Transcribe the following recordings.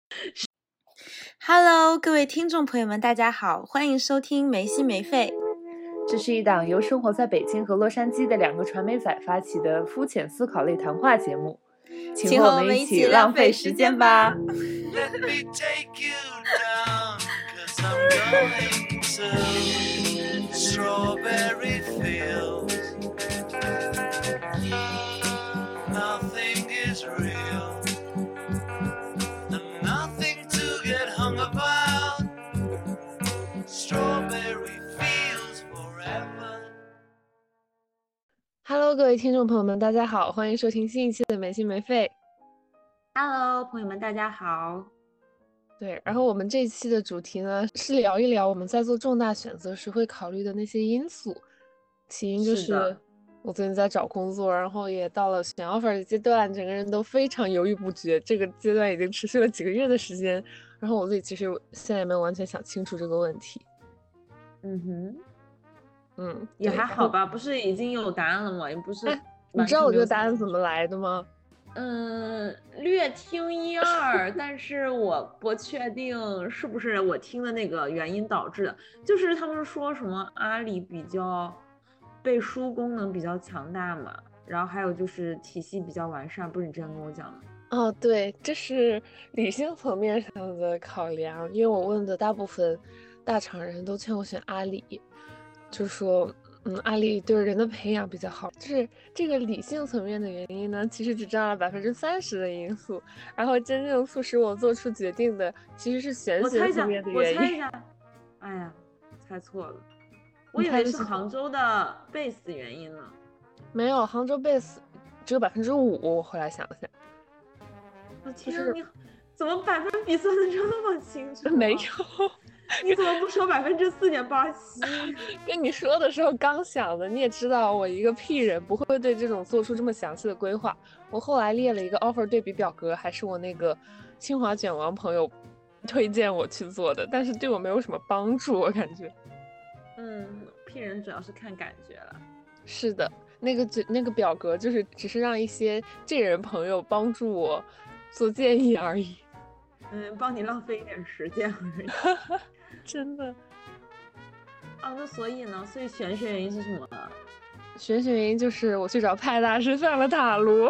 Hello， 各位听众朋友们，大家好，欢迎收听没心没肺。 这是一档由生活在北京和洛杉矶的2个传媒仔发起的肤浅思考类谈话节目，请和我们一起浪费时间吧。Let me take you down, 'cause I'm going to strawberry fields. Nothing is real, and nothing to get hung about. Strawberry fields forever. Hello， 各位听众朋友们，大家好，欢迎收听新一期的没心没肺。 Hello， 朋友们，大家好。 对，然后我们这一期的主题呢，是聊一聊我们在做重大选择时会考虑的那些因素。起因就是我最近在找工作，然后也到了选 offer 的阶段，整个人都非常犹豫不决。这个阶段已经持续了几个月的时间，然后我自己其实现在也没有完全想清楚这个问题。 也还好吧，不是已经有答案了吗？也不是。 你知道我这个答案怎么来的吗？ 略听一二，但是我不确定是不是我听的那个原因导致的。就是他们说什么阿里比较背书功能比较强大嘛，然后还有就是体系比较完善，不是你之前跟我讲的？ 哦，对，这是理性层面上的考量，因为我问的大部分大厂人都劝我选阿里，就说阿里对人的培养比较好。就是这个理性层面的原因呢，其实只占了30%的因素，然后真正促使我做出决定的其实是玄学层面的原因。 我猜一下，哎呀，猜错了，我以为是杭州的 base 原因呢。 没有，杭州 base 只有5%，我后来想了想。 我天啊，你怎么百分比算的这么清楚？ 没有。 你怎么不说4.87%？ 跟你说的时候刚想的，你也知道我一个屁人不会对这种做出这么详细的规划。我后来列了一个 offer 对比表格，还是我那个清华卷王朋友推荐我去做的，但是对我没有什么帮助，我感觉。 屁人主要是看感觉了。 是的，那个表格就是只是让一些这人朋友帮助我做建议而已。 帮你浪费一点时间而已。 真的。 那所以呢？所以玄学原因是什么？ 玄学原因就是我去找派大师算了塔罗。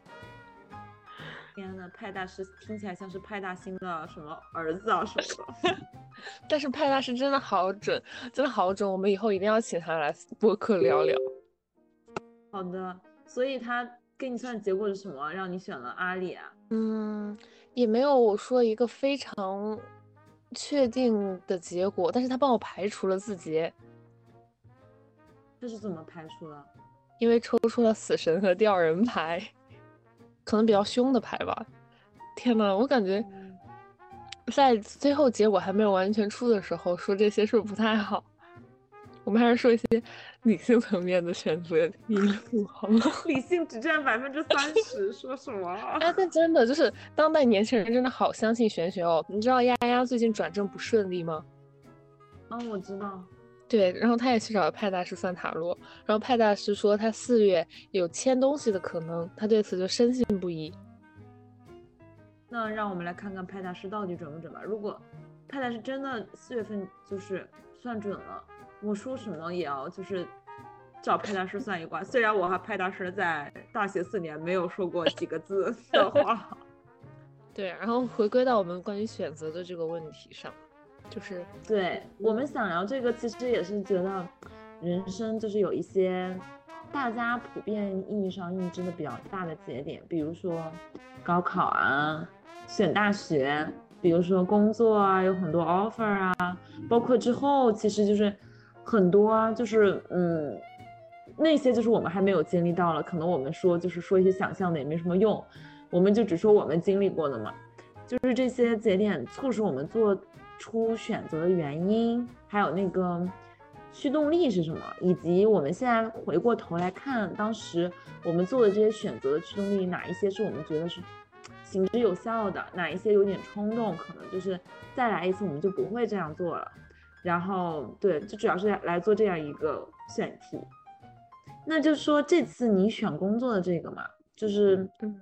天呐，派大师听起来像是派大星的什么儿子啊什么的。 但是派大师真的好准，真的好准，我们以后一定要请他来播客聊聊。 好的，所以他给你算的结果是什么？让你选了阿里啊？ 也没有说一个非常确定的结果，但是他帮我排除了字节。 这是怎么排除了？ 因为抽出了死神和吊人牌，可能比较凶的牌吧。天哪，我感觉在最后结果还没有完全出的时候说这些是不是不太好？我们还是说一些理性层面的选择因素好吗？ 理性只占30%，说什么？ 哎，但真的就是当代年轻人真的好相信玄学哦。你知道丫丫最近转正不顺利吗？ 我知道。 对，然后他也去找了派大师算塔罗，然后派大师说他4月有签东西的可能，他对此就深信不疑。 那让我们来看看派大师到底准不准吧。如果派大师真的4月份就是算准了，我说什么也要就是找派大师算一卦。虽然我和派大师在大学4年没有说过几个字的话。 对，然后回归到我们关于选择的这个问题上，就是对我们想聊这个，其实也是觉得人生就是有一些大家普遍意义上认知的比较大的节点，比如说高考啊，选大学，比如说工作啊，有很多 offer 啊，包括之后其实就是很多啊，就是那些就是我们还没有经历到了，可能我们说就是说一些想象的也没什么用，我们就只说我们经历过的嘛。就是这些节点促使我们做出选择的原因，还有那个驱动力是什么，以及我们现在回过头来看当时我们做的这些选择的驱动力，哪一些是我们觉得是行之有效的，哪一些有点冲动，可能就是再来一次我们就不会这样做了。然后对，就主要是来做这样一个选题。那就是说这次你选工作的这个嘛，就是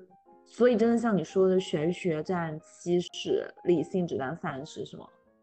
所以真的像你说的，玄学占70%，理性只占30%，是吗？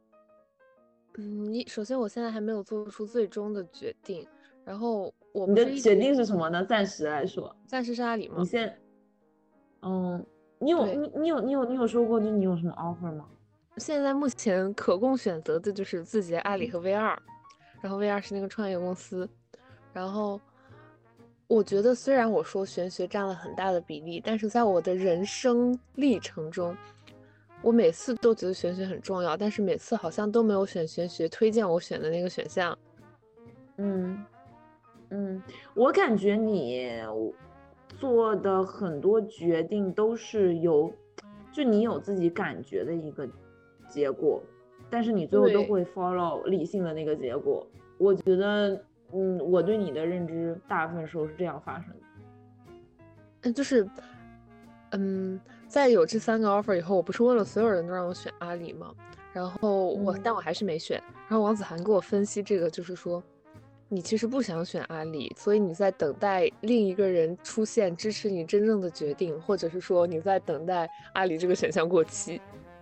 首先我现在还没有做出最终的决定，然后我你不是一直的决定是什么呢？暂时来说， 暂时是阿里吗？ 你先，嗯，你有对， 你你有你有你有说过，就你有什么 offer 吗？ 现在目前可供选择的就是字节、阿里和 V2，然后 V2是那个创业公司，然后我觉得虽然我说玄学占了很大的比例，但是在我的人生历程中，我每次都觉得玄学很重要，但是每次好像都没有选玄学推荐我选的那个选项。 嗯。嗯，我感觉你做的很多决定都是就你有自己感觉的一个结果，但是你最后都对， 会 follow 理性的那个结果。我觉得，我对你的认知大部分时候是这样发生的。 就是，在有这3个 offer 以后，我不是问了所有人都让我选阿里吗？然后但我还是没选。然后王子涵给我分析这个，就是说，你其实不想选阿里，所以你在等待另一个人出现支持你真正的决定，或者是说你在等待阿里这个选项过期。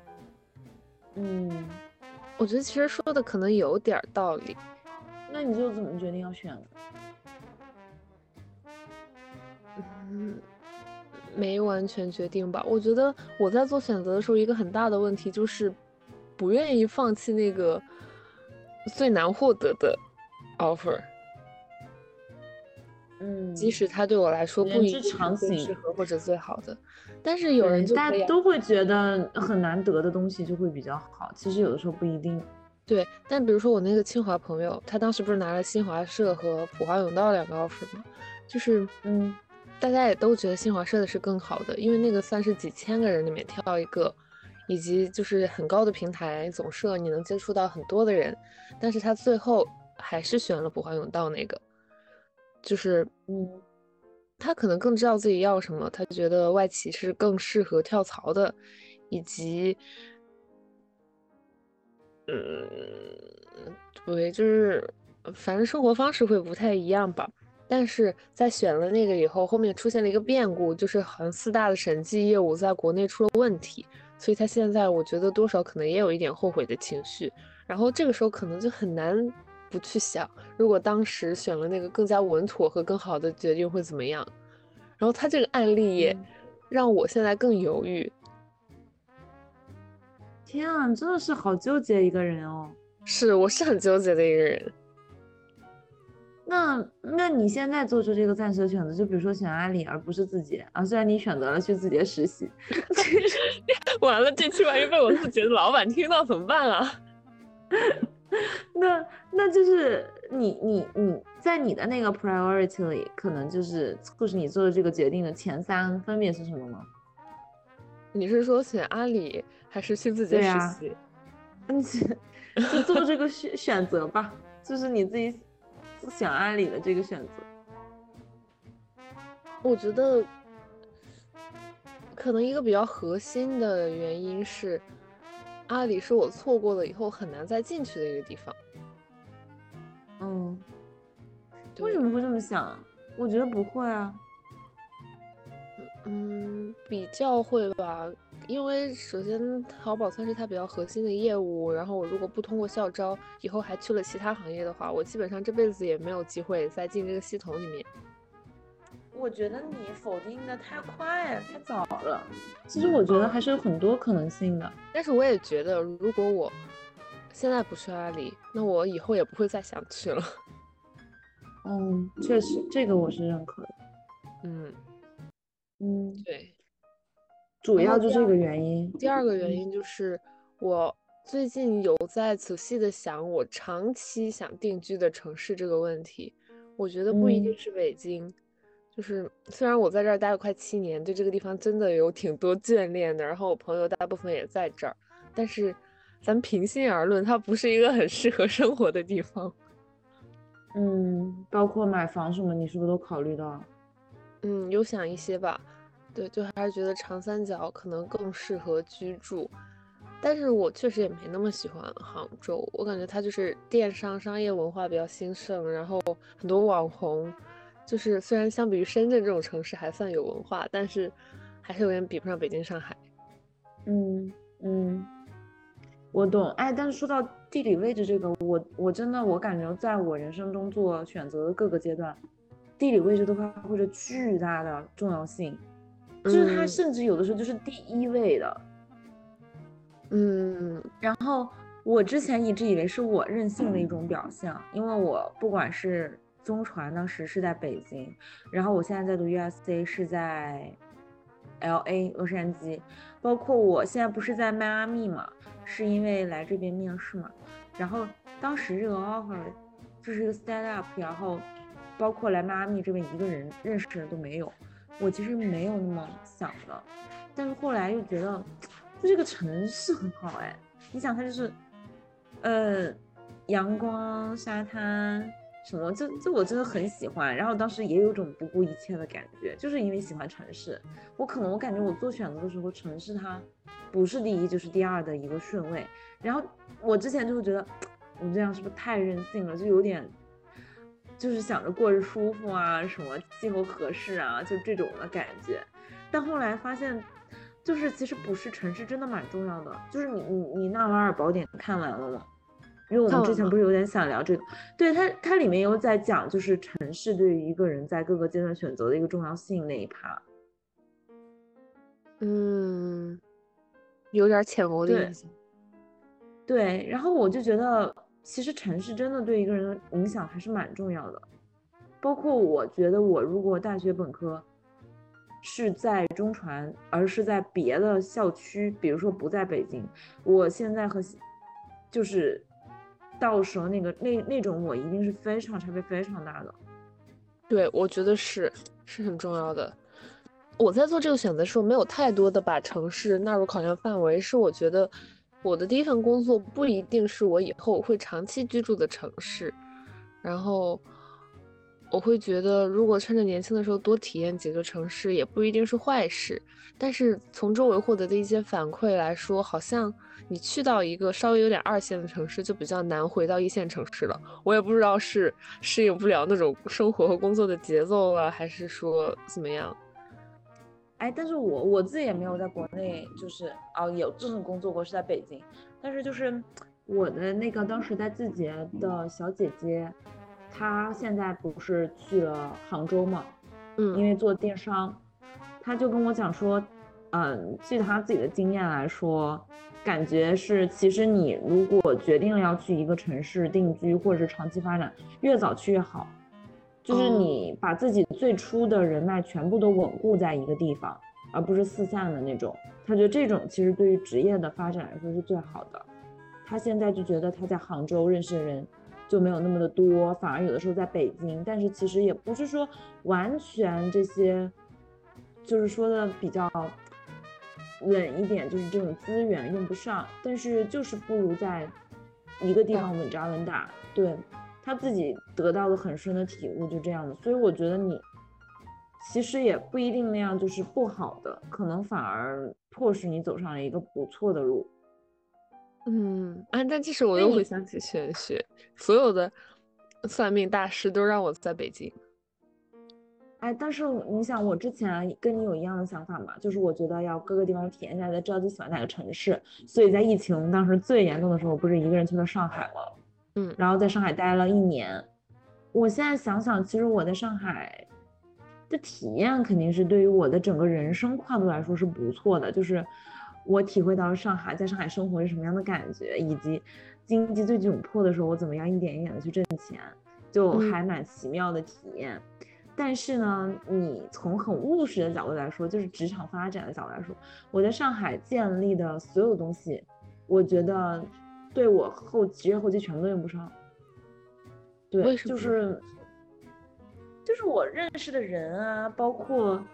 嗯， 我觉得其实说的可能有点道理。 那你就怎么决定要选的？ 嗯，没完全决定吧。我觉得我在做选择的时候，一个很大的问题就是不愿意放弃那个最难获得的 offer，即使它对我来说不人之一定是常情。 最适合或者最好的，但是有人对， 就可以啊。 大家都会觉得很难得的东西就会比较好，其实有的时候不一定。 对，但比如说我那个清华朋友，他当时不是拿了新华社和普华永道2个 offer 吗？就是嗯大家也都觉得新华社的是更好的，因为那个算是几千个人里面挑一个，以及就是很高的平台总社，你能接触到很多的人。但是他最后还是选了普华永道那个，就是嗯他可能更知道自己要什么，他觉得外企是更适合跳槽的，以及对，就是反正生活方式会不太一样吧。但是在选了那个以后，后面出现了一个变故，就是好像4大的审计业务在国内出了问题，所以他现在我觉得多少可能也有一点后悔的情绪。然后这个时候可能就很难不去想，如果当时选了那个更加稳妥和更好的决定会怎么样。然后他这个案例也嗯。 让我现在更犹豫。 天啊，你真的是好纠结一个人哦。 是，我是很纠结的一个人。 那你现在做出这个暂时的选择，就比如说选阿里而不是字节啊，虽然你选择了去字节实习， 完了，这期万一被我自己的老板听到怎么办啊？ 那就是你在你的那个 priority 里，可能就是促使你做的这个决定的前3分别是什么吗？ 你是说选阿里还是去字节对呀， 实习？ 你就做这个选择吧，就是你自己选阿里的这个选择。 我觉得可能一个比较核心的原因是，阿里是我错过了以后很难再进去的一个地方。 嗯，为什对， 么会这么想？我觉得不会啊。 比较会吧，因为首先淘宝算是它比较核心的业务，然后我如果不通过校招，以后还去了其他行业的话，我基本上这辈子也没有机会再进这个系统里面。 我觉得你否定的太快太早了。其实我觉得还是有很多可能性的。 但是我也觉得，如果我现在不去阿里，那我以后也不会再想去了。 嗯，确实，这个我是认可的。 嗯， 嗯， 对。 主然后要就这个原因。 第二个原嗯因就是我最近有在仔细的想我长期想定居的城市这个问题。我觉得不一定嗯， 是北京，就是虽然我在这儿待了快7年，对这个地方真的有挺多眷恋的，然后我朋友大部分也在这儿，但是咱平心而论，它不是一个很适合生活的地方。 包括买房什么，你是不是都考虑到？ 有想一些吧，对，就还是觉得长三角可能更适合居住，但是我确实也没那么喜欢杭州，我感觉它就是电商商业文化比较兴盛，然后很多网红，就是虽然相比于深圳这种城市还算有文化，但是还是有点比不上北京、上海。 嗯嗯，我懂。哎，但是说到地理位置这个，我真的我感觉在我人生中做选择的各个阶段，地理位置都发挥着巨大的重要性，就是它嗯甚至有的时候就是第一位的。 嗯然后我之前一直以为是我任性的一种表现，因为我不管是中传当时是在北京，然后我现在在读 USC 是在 LA 洛杉矶，包括我现在不是在迈阿密嘛，是因为来这边面试嘛，然后当时这个 offer 这是一个 startup，然后包括来迈阿密这边一个人认识的人都没有，我其实没有那么想的，但是后来又觉得就这个城市很好哎。你想，它就是，阳光、沙滩什么，就我真的很喜欢。然后当时也有一种不顾一切的感觉，就是因为喜欢城市。我感觉我做选择的时候，城市它不是第一就是第二的一个顺位。然后我之前就会觉得，我这样是不是太任性了？就有点，就是想着过着舒服啊，什么气候合适啊，就这种的感觉。但后来发现。就是其实不是城市真的蛮重要的，就是你纳瓦尔宝典看完了吗？因为我们之前不是有点想聊这个，对它里面有在讲就是城市对于一个人在各个阶段选择的一个重要性那一趴。 嗯，有点浅薄的对印象。 对，然后我就觉得其实城市真的对一个人的影响还是蛮重要的，包括我觉得我如果大学本科是在中传，而是在别的校区，比如说不在北京，我现在和就是到时候那种我一定是非常差别非常大的。 对，我觉得是很重要的。我在做这个选择的时候，没有太多的把城市纳入考量范围，是我觉得我的第一份工作不一定是我以后会长期居住的城市，然后我会觉得，如果趁着年轻的时候多体验几个城市，也不一定是坏事。但是从周围获得的一些反馈来说，好像你去到一个稍微有点二线的城市，就比较难回到一线城市了。我也不知道是适应不了那种生活和工作的节奏了，还是说怎么样。 哎，但是我自己也没有在国内，就是有这份工作过，是在北京，但是就是我的那个当时在字节的小姐姐，她现在不是去了杭州嘛，因为做电商，她就跟我讲说，据她自己的经验来说，感觉是其实你如果决定了要去一个城市定居或者是长期发展，越早去越好。就是你把自己最初的人脉全部都稳固在一个地方，而不是四散的那种。他觉得这种其实对于职业的发展来说是最好的。他现在就觉得他在杭州认识的人就没有那么的多，反而有的时候在北京，但是其实也不是说完全这些，就是说的比较冷一点，就是这种资源用不上，但是就是不如在一个地方稳扎稳打。对。他自己得到了很深的体悟，就这样的。所以我觉得你其实也不一定那样就是不好的，可能反而迫使你走上了一个不错的路。 但这时我又回想起玄学，所有的算命大师都让我在北京。 哎，但是你想，我之前跟你有一样的想法嘛，就是我觉得要各个地方体验一下，才知道自己喜欢哪个城市。所以在疫情当时最严重的时候，我不是一个人去了上海吗？然后在上海待了1年。我现在想想，其实我在上海的体验肯定是对于我的整个人生跨度来说是不错的，就是我体会到上海在上海生活是什么样的感觉，以及经济最窘迫的时候我怎么样一点一点的去挣钱，就还蛮奇妙的体验。但是呢，你从很务实的角度来说，就是职场发展的角度来说，我在上海建立的所有东西，我觉得对我职业后期全部都用不上。对，就是我认识的人啊，包括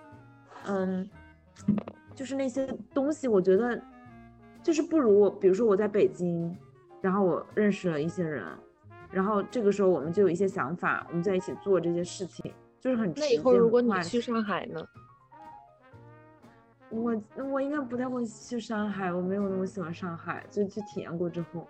就是那些东西，我觉得就是不如我，比如说我在北京，然后我认识了一些人，然后这个时候我们就有一些想法，我们在一起做这些事情，就是很直接。 那以后如果你去上海呢？ 我应该不太会去上海，我没有那么喜欢上海，就去体验过之后。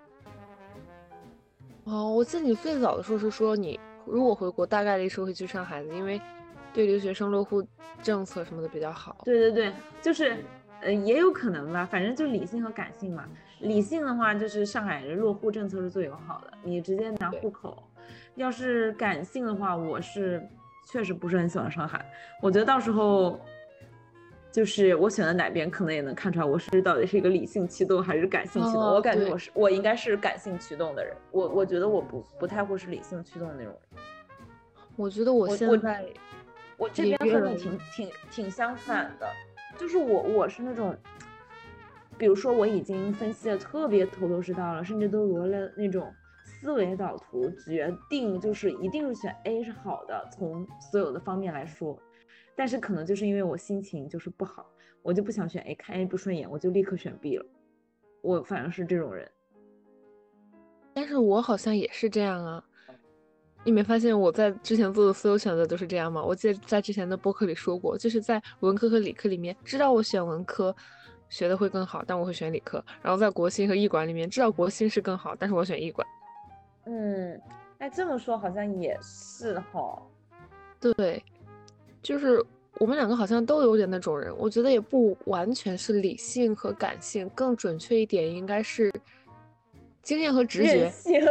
我记得你最早的时候是说你如果回国大概率是会去上海的，因为对留学生落户政策什么的比较好。 对对对，就是也有可能吧，反正就理性和感性嘛。理性的话就是上海人落户政策是最友好的，你直接拿户口。要是感性的话，我是确实不是很喜欢上海，我觉得到时候就是我选的哪边，可能也能看出来我是到底是一个理性驱动还是感性驱动。我感觉我应该是感性驱动的人，我觉得我不太会是理性驱动的那种人。 我觉得我现在我这边和你挺相反的，就是我是那种，比如说我已经分析的特别头头是道了，甚至都罗了那种思维导图，决定就是一定是选 A 是好的，从所有的方面来说。但是可能就是因为我心情就是不好，我就不想选 A， 看 A 不顺眼，我就立刻选 B 了。我反正是这种人。 但是我好像也是这样啊。你没发现我在之前做的所有选择都是这样吗？我记得在之前的播客里说过，就是在文科和理科里面，知道我选文科学的会更好，但我会选理科；然后在国新和艺管里面，知道国新是更好，但是我选艺管。 哎，这么说好像也是哈。 对，就是我们两个好像都有点那种人。我觉得也不完全是理性和感性，更准确一点应该是经验和直觉。 任性。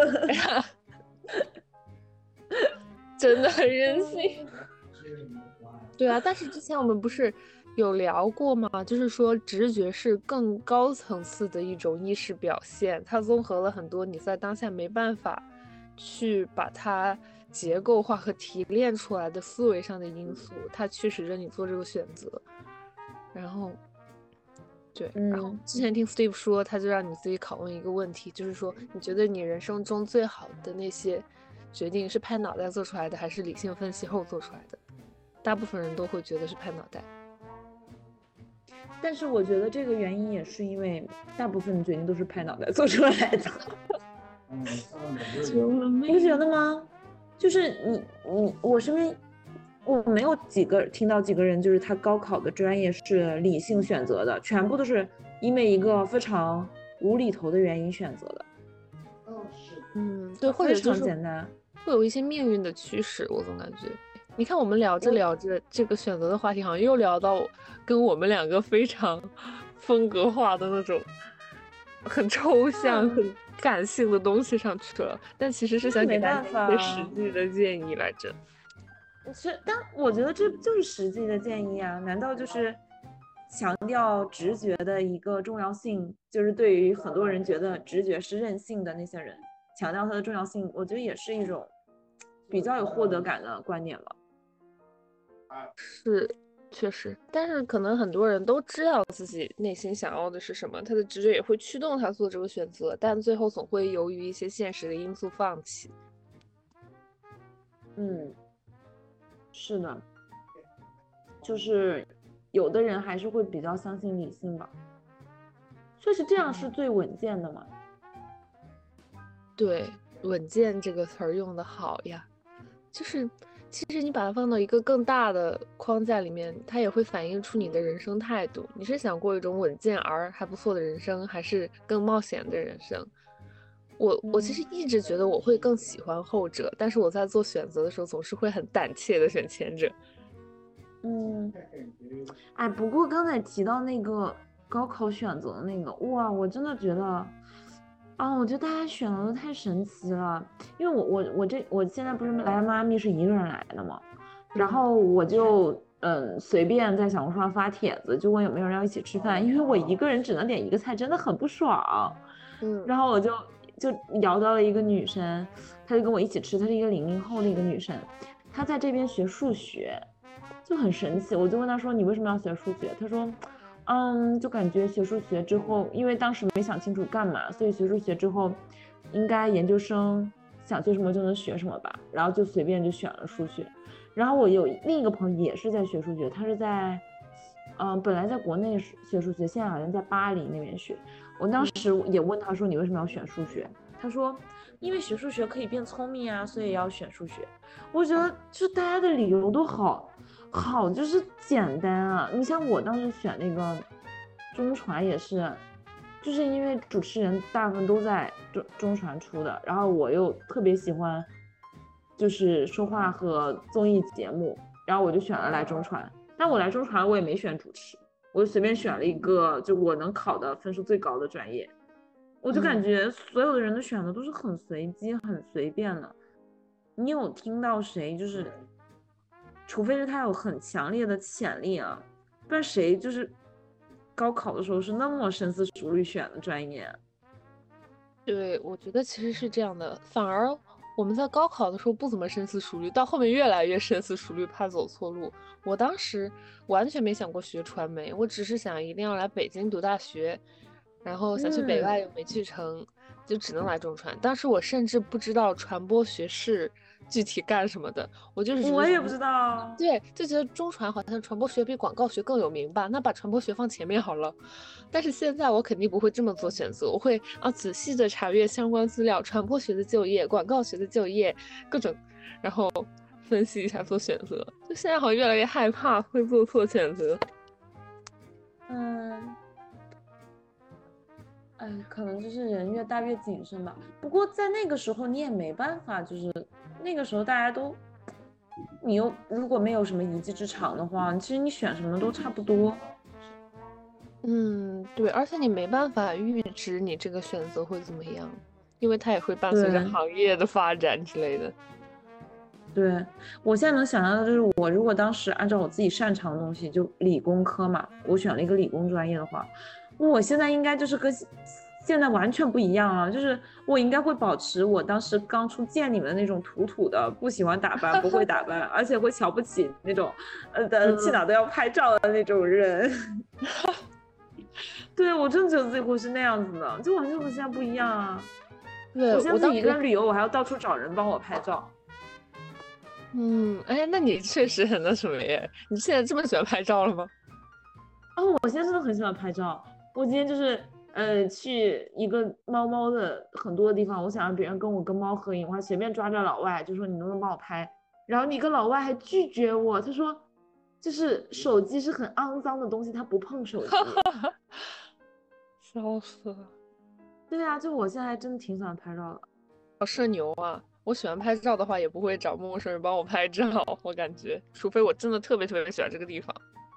真的很任性。对啊，但是之前我们不是有聊过吗？就是说直觉是更高层次的一种意识表现，它综合了很多你在当下没办法去把它结构化和提炼出来的思维上的因素，它驱使着你做这个选择。然后对，然后之前听 Steve 说，他就让你自己拷问一个问题，就是说你觉得你人生中最好的那些决定是拍脑袋做出来的，还是理性分析后做出来的？大部分人都会觉得是拍脑袋， 但是我觉得这个原因也是因为大部分决定都是拍脑袋做出来的。你不觉得吗？就是我身边我没有听到几个人就是他高考的专业是理性选择的，全部都是因为一个非常无厘头的原因选择的。 对，或者就是简单， 会有一些命运的驱使，我总感觉。你看我们聊着聊着这个选择的话题，好像又聊到跟我们两个非常风格化的那种很抽象、很感性的东西上去了，但其实是想给大家一些实际的建议来着。 但我觉得这就是实际的建议啊，难道就是强调直觉的一个重要性，就是对于很多人觉得直觉是任性的那些人，强调它的重要性，我觉得也是一种比较有获得感的观点吧。 是，确实，但是可能很多人都知道自己内心想要的是什么，他的直觉也会驱动他做这个选择，但最后总会由于一些现实的因素放弃。 是的，就是有的人还是会比较相信理性吧，确实这样是最稳健的嘛。 对，稳健这个词儿用得好呀，就是其实你把它放到一个更大的框架里面，它也会反映出你的人生态度。你是想过一种稳健而还不错的人生，还是更冒险的人生？我其实一直觉得我会更喜欢后者，但是我在做选择的时候总是会很胆怯的选前者。 哎，不过刚才提到那个高考选择的那个，哇，我真的觉得，我觉得大家选的都太神奇了。因为我现在不是来迈阿密是一个人来的嘛，然后我就随便在小红书上发帖子，就问有没有人要一起吃饭，因为我一个人只能点一个菜，真的很不爽。然后我就聊到了一个女生，她就跟我一起吃，她是一个00后的一个女生，她在这边学数学。就很神奇，我就问他说：“你为什么要学数学？”他说：“就感觉学数学之后，因为当时没想清楚干嘛，所以学数学之后，应该研究生想学什么就能学什么吧，然后就随便就选了数学。然后我有另一个朋友也是在学数学，他是在，本来在国内学数学，现在好像在巴黎那边学。我当时也问他说：你为什么要选数学？他说：因为学数学可以变聪明啊，所以要选数学。我觉得就大家的理由都好就是简单啊。你像我当时选那个中传也是，就是因为主持人大部分都在中传出的，然后我又特别喜欢就是说话和综艺节目，然后我就选了来中传。 但我来中传我也没选主持，我就随便选了一个就我能考的分数最高的专业。我就感觉所有的人的选择都是很随机、很随便的。你有听到谁就是，除非是他有很强烈的潜力啊，不然谁就是高考的时候是那么深思熟虑选的专业？ 对，我觉得其实是这样的，反而我们在高考的时候不怎么深思熟虑，到后面越来越深思熟虑，怕走错路。我当时完全没想过学传媒，我只是想一定要来北京读大学，然后想去北外又没去成，就只能来中传。当时我甚至不知道传播学是具体干什么的，我就是只是觉得我也不知道。 对，就觉得中传好像传播学比广告学更有名吧，那把传播学放前面好了。但是现在我肯定不会这么做选择，我会仔细的查阅相关资料，传播学的就业、广告学的就业，各种，然后分析一下做选择。就现在好像越来越害怕会做错选择。 可能就是人越大越谨慎吧。不过在那个时候你也没办法，就是那个时候大家都，你又如果没有什么一技之长的话，其实你选什么都差不多。 对，而且你没办法预知你这个选择会怎么样，因为它也会伴随着行业的发展之类的。 对，我现在能想象的就是，我如果当时按照我自己擅长的东西，就理工科嘛，我选了一个理工专业的话，我现在应该就是跟现在完全不一样啊，就是我应该会保持我当时刚出见你们的那种土土的，不喜欢打扮，不会打扮，而且会瞧不起那种，去哪都要拍照的那种人。对，我真的觉得自己会是那样子的，就完全和现在不一样啊。 对， 我现在自己一个人旅游，我还要到处找人帮我拍照。 那你确实很那什么耶？你现在这么喜欢拍照了吗？ 我现在真的很喜欢拍照。我今天就是去一个猫的很多的地方，我想让别人跟我跟猫合影，我还随便抓着老外就说你能不能帮我拍，然后那个老外还拒绝我，他说就是手机是很肮脏的东西，他不碰手机。 笑死了。 对啊，就我现在真的挺喜欢拍照的。 好社牛啊！我喜欢拍照的话，也不会找陌生人帮我拍照，我感觉，除非我真的特别特别喜欢这个地方。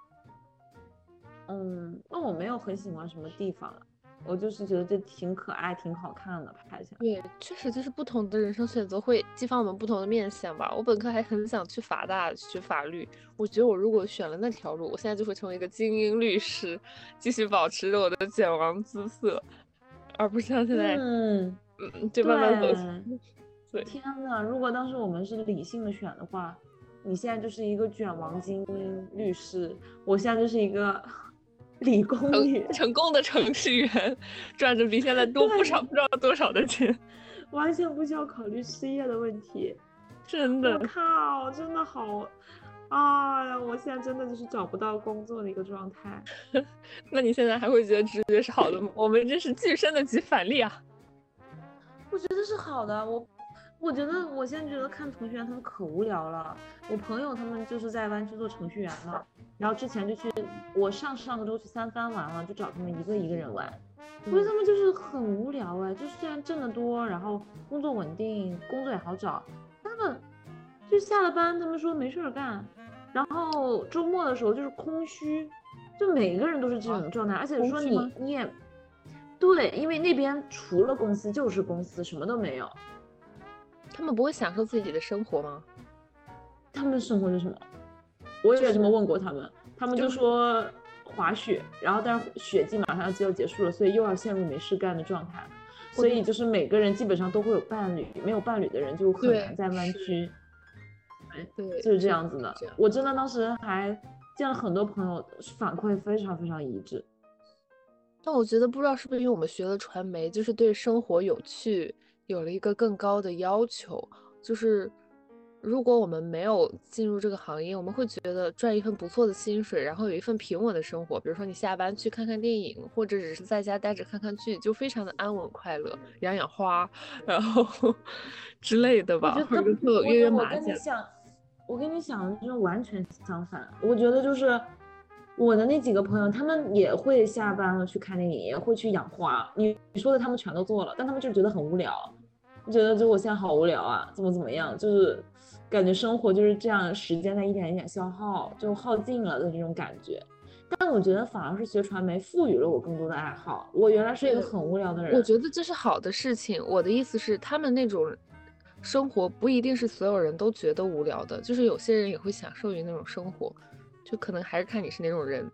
那我没有很喜欢什么地方，我就是觉得这挺可爱、挺好看的，拍起来。 对，确实就是不同的人生选择会激发我们不同的面相吧。我本科还很想去法大学法律，我觉得我如果选了那条路，我现在就会成为一个精英律师，继续保持着我的卷王姿色，而不是像现在，就慢慢走。对， 天呐，如果当时我们是理性的选的话，你现在就是一个卷王精英律师，我现在就是一个理工女， 成功的程序员，赚着比现在多不少，不知道多少的钱， 完全不需要考虑失业的问题。 真的， 我靠，真的好，哎呀，我现在真的就是找不到工作的一个状态。 那你现在还会觉得直觉是好的吗？我们真是具身的举反例啊！ 我觉得是好的，我觉得我现在觉得看程序员他们可无聊了。我朋友他们就是在湾区做程序员嘛，然后之前就去，我上个周去三藩玩了，就找他们一个一个人玩。我觉得他们就是很无聊就是虽然挣得多，然后工作稳定，工作也好找，他们就下了班，他们说没事干，然后周末的时候就是空虚，就每个人都是这种状态，而且说你也对，因为那边除了公司就是公司，什么都没有。 他们不会享受自己的生活吗？ 他们的生活是什么？我也这么问过他们，他们就说滑雪，然后但是雪季马上就要结束了，所以又要陷入没事干的状态。所以就是每个人基本上都会有伴侣，没有伴侣的人就很难在湾区。 对， 就是这样子的。我真的当时还见了很多朋友，反馈非常非常一致。 但我觉得不知道是不是因为我们学了传媒，就是对生活有趣有了一个更高的要求。就是如果我们没有进入这个行业，我们会觉得赚一份不错的薪水，然后有一份平稳的生活，比如说你下班去看看电影，或者只是在家待着看看剧，就非常的安稳快乐，养养花，然后之类的吧，或者约约麻将。 我跟你想的就是完全相反。我觉得就是我的那几个朋友，他们也会下班了去看电影，也会去养花。你说的他们全都做了，但他们就觉得很无聊。 我觉得就我现在好无聊啊，怎么样，就是感觉生活就是这样，时间在一点一点消耗，就耗尽了的这种感觉。但我觉得反而是学传媒赋予了我更多的爱好。我原来是一个对， 很无聊的人。 我觉得这是好的事情。我的意思是，他们那种生活不一定是所有人都觉得无聊的，就是有些人也会享受于那种生活，就可能还是看你是哪种人。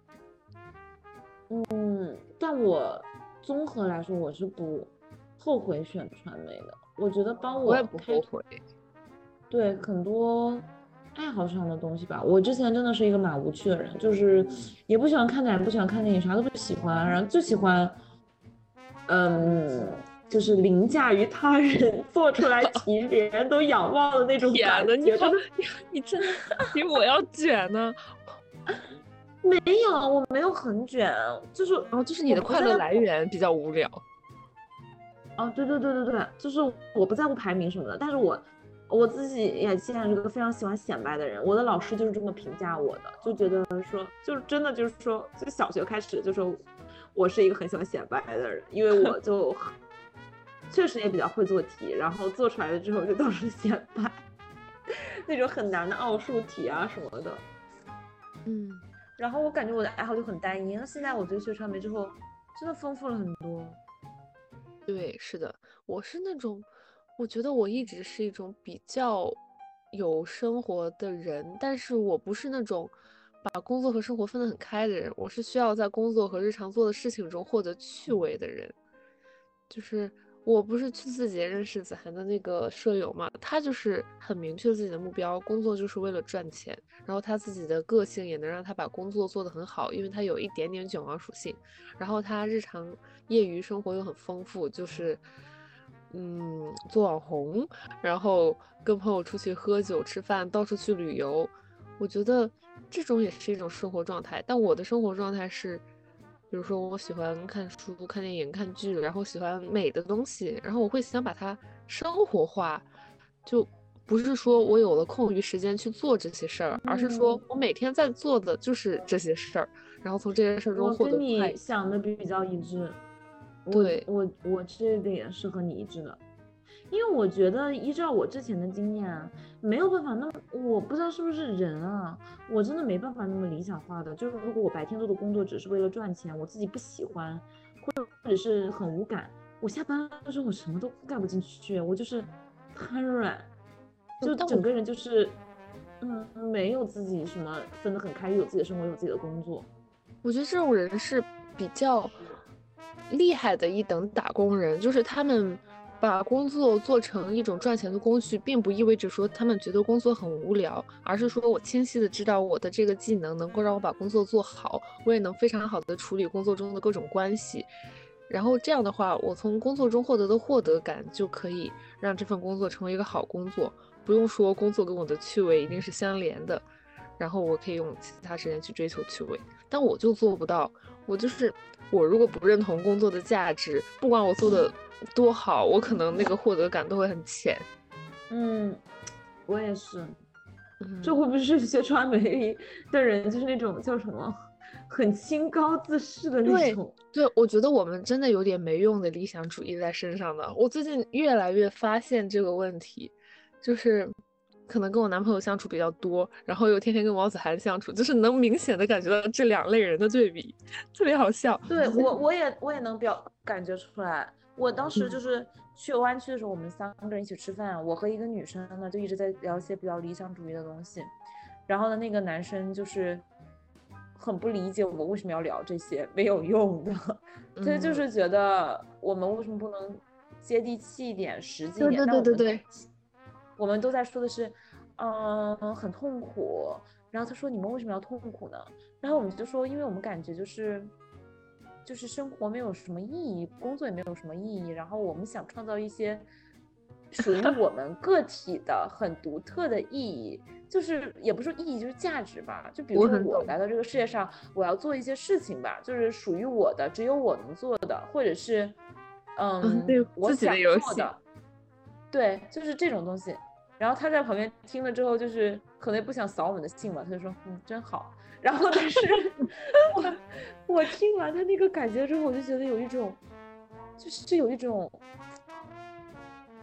但我综合来说，我是不后悔选传媒的。我觉得帮我也我开拓不后悔。 对很多爱好上的东西吧。我之前真的是一个蛮无趣的人，就是也不喜欢看展，不喜欢看电影，啥都不喜欢，然后就喜欢，嗯，就是凌驾于他人，做出来替别人都仰望的那种天呐，你感觉， 好， 真的你真的比我要卷呢。 没有，我没有很卷，就是然后就是你的快乐我不在乎。 来源比较无聊。 哦，对对对对对，就是我不在乎排名什么的，但是我自己也现在是个非常喜欢显摆的人，我的老师就是这么评价我的，就觉得说，就是真的就是说，就小学开始就说我是一个很喜欢显摆的人，因为我就确实也比较会做题，然后做出来了之后就都是显摆，那种很难的奥数题啊什么的。 嗯， 然后我感觉我的爱好就很单一，那现在我觉得学传媒之后真的丰富了很多。 对，是的，我是那种，我觉得我一直是一种比较有生活的人，但是我不是那种把工作和生活分得很开的人，我是需要在工作和日常做的事情中获得趣味的人。就是我不是去字节认识子涵的那个舍友嘛，他就是很明确自己的目标，工作就是为了赚钱，然后他自己的个性也能让他把工作做得很好，因为他有一点点卷王属性，然后他日常业余生活又很丰富，就是做网红，然后跟朋友出去喝酒吃饭，到处去旅游，我觉得这种也是一种生活状态，但我的生活状态是。比如说，我喜欢看书、看电影、看剧，然后喜欢美的东西，然后我会想把它生活化，就不是说我有了空余时间去做这些事儿，而是说嗯， 我每天在做的就是这些事儿，然后从这些事儿中获我跟得快。 你想的比较一致，我对， 我这个也是和你一致的，因为我觉得依照我之前的经验啊，没有办法那么，我不知道是不是人啊，我真的没办法那么理想化的。就是如果我白天做的工作只是为了赚钱，我自己不喜欢，或者是很无感，我下班的时候我什么都干不进去，我就是瘫软，就但我整个人就是没有自己什么分得很开，又有自己的生活，又有自己的工作。 我觉得这种人是比较厉害的一等打工人，就是他们把工作做成一种赚钱的工具，并不意味着说他们觉得工作很无聊，而是说我清晰的知道我的这个技能能够让我把工作做好，我也能非常好的处理工作中的各种关系。然后这样的话，我从工作中获得的获得感就可以让这份工作成为一个好工作，不用说工作跟我的趣味一定是相连的，然后我可以用其他时间去追求趣味。但我就做不到。我就是我如果不认同工作的价值，不管我做的多好，我可能那个获得感都会很浅。 嗯，我也是。这嗯， 会不会是学传媒的人，就是那种叫什么，很清高自视的那对种？ 对，我觉得我们真的有点没用的理想主义在身上的。我最近越来越发现这个问题，就是可能跟我男朋友相处比较多，然后又天天跟王子涵相处，就是能明显的感觉到这两类人的对比，特别好笑。 对，我也能感觉出来。我当时就嗯， 是去湾区的时候，我们3个人一起吃饭，我和一个女生呢就一直在聊一些比较理想主义的东西，然后呢那个男生就是很不理解我们为什么要聊这些没有用的，他就嗯， 是觉得我们为什么不能接地气一点、实际一点？ 对对但对对对， 我们都在说的是，很痛苦。然后他说你们为什么要痛苦呢？然后我们就说，因为我们感觉就是生活没有什么意义，工作也没有什么意义，然后我们想创造一些属于我们个体的很独特的意义，就是也不是意义，就是价值吧。就比如说我很懂。 我来到这个世界上，我要做一些事情吧，就是属于我的，只有我能做的，或者是嗯，对我自己的想游戏。 做的，对，就是这种东西。然后他在旁边听了之后，就是可能也不想扫我们的兴嘛，他就说真好。然后但是我我听完他那个感觉之后，我就觉得有一种，就是有一种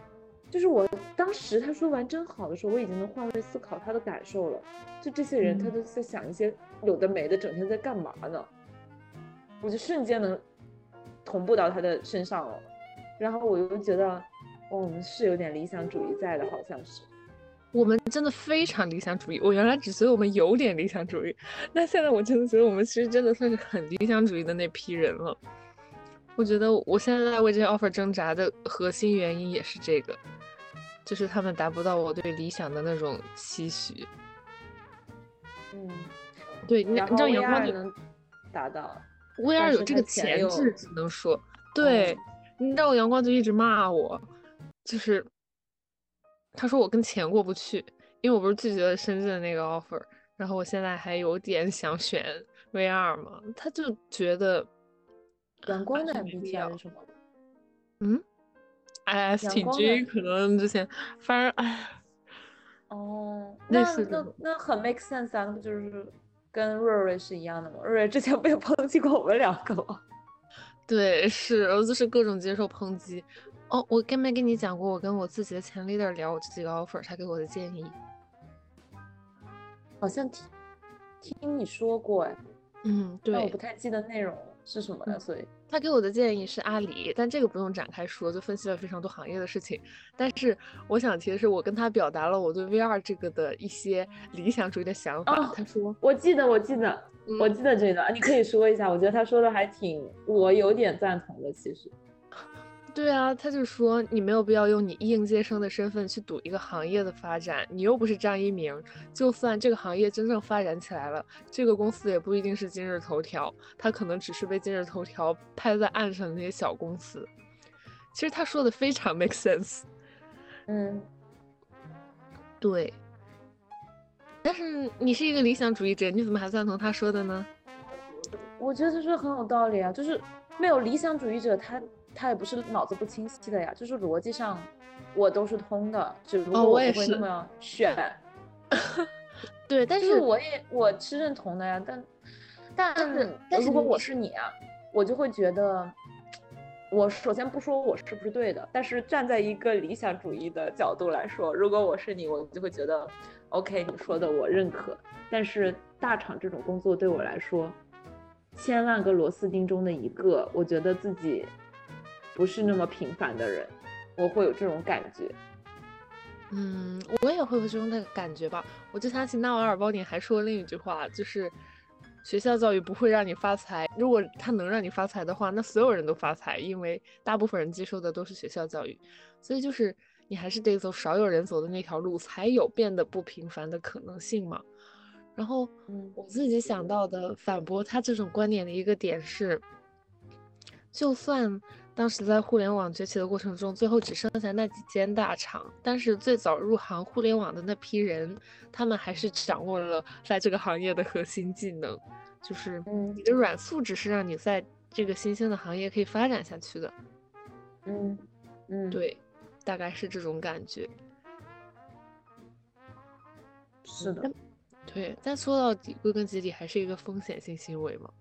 就是我当时他说完真好的时候，我已经能换位思考他的感受了。就这些人，他都在想一些有的没的，整天在干嘛呢？我就瞬间能同步到他的身上了。然后我又觉得，哦，我们是有点理想主义在的，好像是。 我们真的非常理想主义。我原来只觉得我们有点理想主义，那现在我真的觉得我们其实真的算是很理想主义的那批人了。我觉得我现在为这些 offer 挣扎的核心原因也是这个，就是他们达不到我对理想的那种期许。对，你知道阳光就能达到 VR 有这个潜质，只能说，对，你知道我阳光就一直骂我，就是他说我跟钱过不去，因为我不是拒绝了深圳的那个 offer，然后我现在还有点想选 VR 嘛，他就觉得阳光的 MBTI 是什么？ ISTG 可能之前，反正哎， 那很 make sense 啊，那不就是跟瑞瑞是一样的吗？瑞瑞之前不也抨击过我们两个吗？ 对，是，然后就是各种接受抨击。哦，我没跟你讲过，我跟我自己的前 leader 聊我这几个 offer，他给我的建议。 好像听你说过哎， 对， 但我不太记得内容是什么了，所以他给我的建议是阿里，但这个不用展开说，就分析了非常多行业的事情。但是我想提的是，我跟他表达了我对 VR 这个的一些理想主义的想法。他说， 我记得这个，你可以说一下，我觉得他说的我有点赞同的，其实。 对啊，他就说你没有必要用你应届生的身份去赌一个行业的发展，你又不是张一鸣，就算这个行业真正发展起来了，这个公司也不一定是今日头条，它可能只是被今日头条拍在岸上的那些小公司。其实他说的非常 make sense。对。但是你是一个理想主义者，你怎么还赞同他说的呢？ 我觉得他说的很有道理啊，就是没有理想主义者，他也不是脑子不清晰的呀，就是逻辑上我都是通的，只不过我不会那么选。 对，但是我是认同的呀，但如果我是你啊，我就会觉得，我首先不说我是不是对的，但是站在一个理想主义的角度来说，如果我是你，我就会觉得 OK， 你说的我认可，但是大厂这种工作对我来说，千万个螺丝钉中的一个，我觉得自己不是那么平凡的人，我会有这种感觉。 我也会有这种感觉吧。我就想起纳瓦尔宝典还说另一句话，就是学校教育不会让你发财，如果它能让你发财的话，那所有人都发财，因为大部分人接受的都是学校教育，所以就是你还是得走少有人走的那条路，才有变得不平凡的可能性嘛。然后我自己想到的反驳他这种观点的一个点是，就算当时在互联网崛起的过程中，最后只剩下那几间大厂，但是最早入行互联网的那批人，他们还是掌握了在这个行业的核心技能，就是你的软素质是让你在这个新兴的行业可以发展下去的。对，大概是这种感觉。 是的。 对，但说到底，归根结底还是一个风险性行为嘛。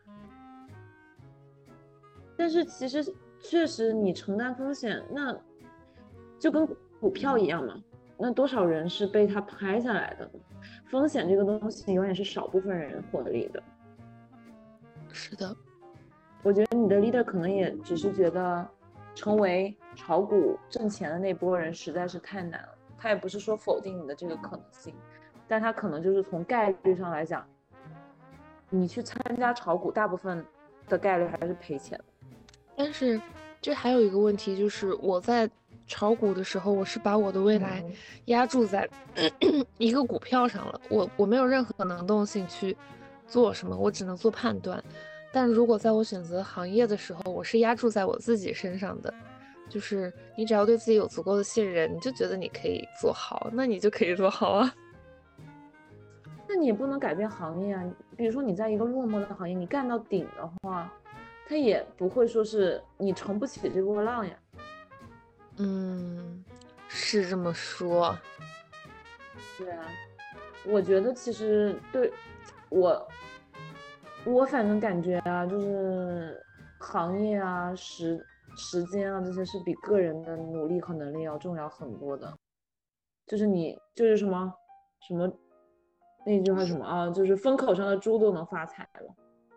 但是其实确实你承担风险，那就跟股票一样嘛，那多少人是被他拍下来的？风险这个东西永远是少部分人获利的。 是的， 我觉得你的 leader 可能也只是觉得成为炒股挣钱的那波人实在是太难了，他也不是说否定你的这个可能性，但他可能就是从概率上来讲，你去参加炒股，大部分的概率还是赔钱的。 但是这还有一个问题，就是我在炒股的时候，我是把我的未来压注在一个股票上了，我没有任何能动性去做什么，我只能做判断。但如果在我选择行业的时候，我是压注在我自己身上的，就是你只要对自己有足够的信任，你就觉得你可以做好，那你就可以做好啊。 那你也不能改变行业啊，比如说你在一个落寞的行业，你干到顶的话，他也不会说是你承不起这波浪呀。 是这么说。 对啊，我觉得其实对我反正感觉啊，就是行业啊， 时间啊这些是比个人的努力和能力要重要很多的。就是你就是什么那句话什么啊，就是风口上的猪都能发财了。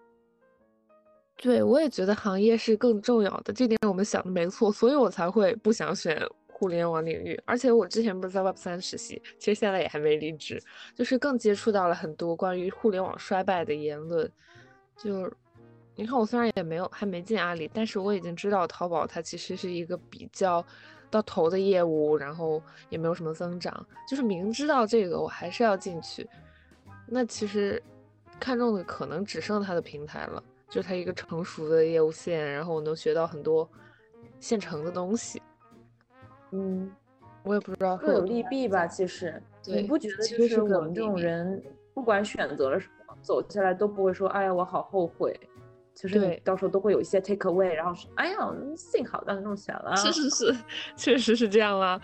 对，我也觉得行业是更重要的，这点我们想的没错，所以我才会不想选互联网领域。而且我之前不是在 Web3实习，其实现在也还没离职，就是更接触到了很多关于互联网衰败的言论。就你看，我虽然也没有还没进阿里，但是我已经知道淘宝它其实是一个比较到头的业务，然后也没有什么增长，就是明知道这个我还是要进去。那其实看中的可能只剩它的平台了。就是它一个成熟的业务线，然后我能学到很多现成的东西。 嗯， 我也不知道会各有有多利弊吧。 大的价值。 其实你对， 不觉得就其实是各是我们这有利弊。 种人，不管选择了什么，走下来都不会说，哎呀，我好后悔。其实你对， 到时候都会有一些 take away，然后说，哎呀，幸好当时这么选了。 是是是，确实是这样啦。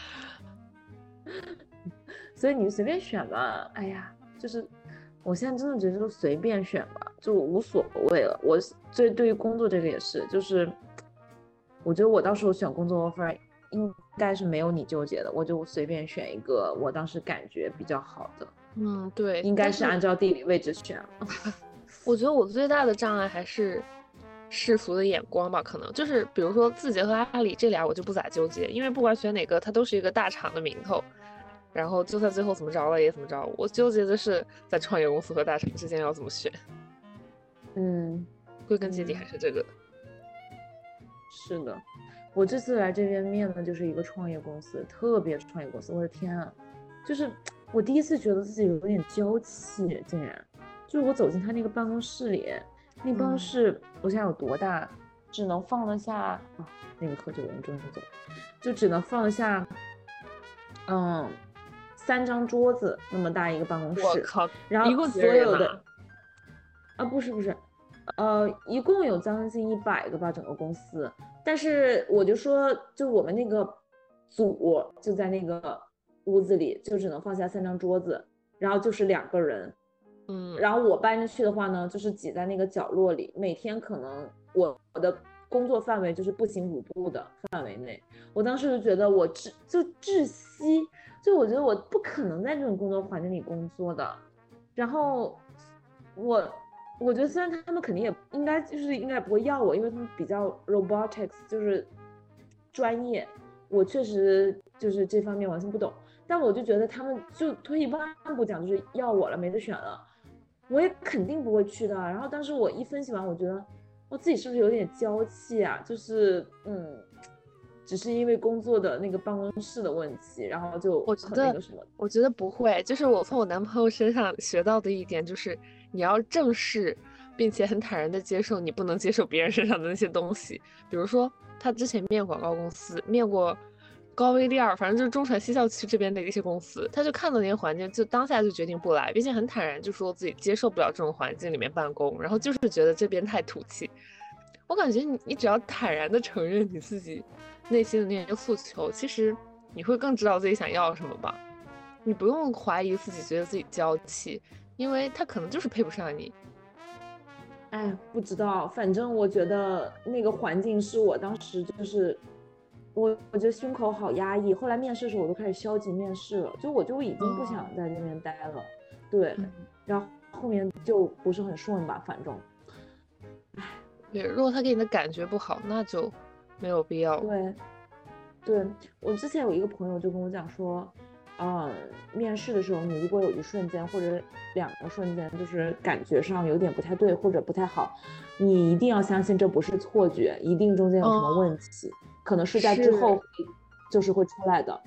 所以你随便选吧。哎呀，就是我现在真的觉得就随便选吧，就无所谓了。我这对于工作这个也是，就是我觉得我到时候选工作 offer 应该是没有你纠结的，我就随便选一个我当时感觉比较好的， 嗯，对。 应该但是是按照地理位置选了。 我觉得我最大的障碍还是世俗的眼光吧，可能就是比如说字节和阿里这俩，我就不咋纠结，因为不管选哪个，它都是一个大厂的名头。然后就算最后怎么着了也怎么着，我纠结的是在创业公司和大厂之间要怎么选。 嗯归根结底还是这个。 是的，我这次来这边面的就是一个创业公司，特别创业公司，我的天啊，就是我第一次觉得自己有点娇气，竟然，就是我走进他那个办公室里，那办公室我想有多大，只能放得下啊，那个喝酒的人终于走了，就只能放得下，3张桌子那么大一个办公室， 我靠， 然后一共几个所有的人呐？ 不是，一共有将近100个吧，整个公司。但是我就说，就我们那个组就在那个屋子里，就只能放下3张桌子，然后就是2个人。然后我搬进去的话呢，就是挤在那个角落里，每天可能我的工作范围就是步行5步的范围内。我当时就觉得我窒息，就我觉得我不可能在这种工作环境里工作的。然后我觉得虽然他们肯定也应该不会要我，因为他们比较 robotics 就是专业，我确实就是这方面完全不懂。但我就觉得他们就退一万步讲，就是要我了，没得选了，我也肯定不会去的。然后当时我一分析完，我觉得我自己是不是有点娇气啊？就是只是因为工作的那个办公室的问题，然后就我觉得， 很那个什么。 我觉得不会，就是我从我男朋友身上学到的一点就是，你要正视，并且很坦然的接受你不能接受别人身上的那些东西。比如说，他之前面广告公司，面过高威丽尔，反正就是中传西校区这边的一些公司，他就看到那些环境，就当下就决定不来，并且很坦然就说自己接受不了这种环境里面办公，然后就是觉得这边太土气。我感觉你只要坦然的承认你自己内心的那些诉求，其实你会更知道自己想要什么吧。你不用怀疑自己，觉得自己娇气，因为他可能就是配不上你。 哎，不知道，反正我觉得那个环境是我当时就是我觉得胸口好压抑。后来面试的时候，我都开始消极面试了，我就已经不想在那边待了。对，然后后面就不是很顺吧，反正。 对，如果他给你的感觉不好，那就没有必要。 对，对，我之前有一个朋友就跟我讲说，面试的时候，你如果有一瞬间或者2个瞬间，就是感觉上有点不太对或者不太好，你一定要相信这不是错觉，一定中间有什么问题，可能是在之后就是会出来的。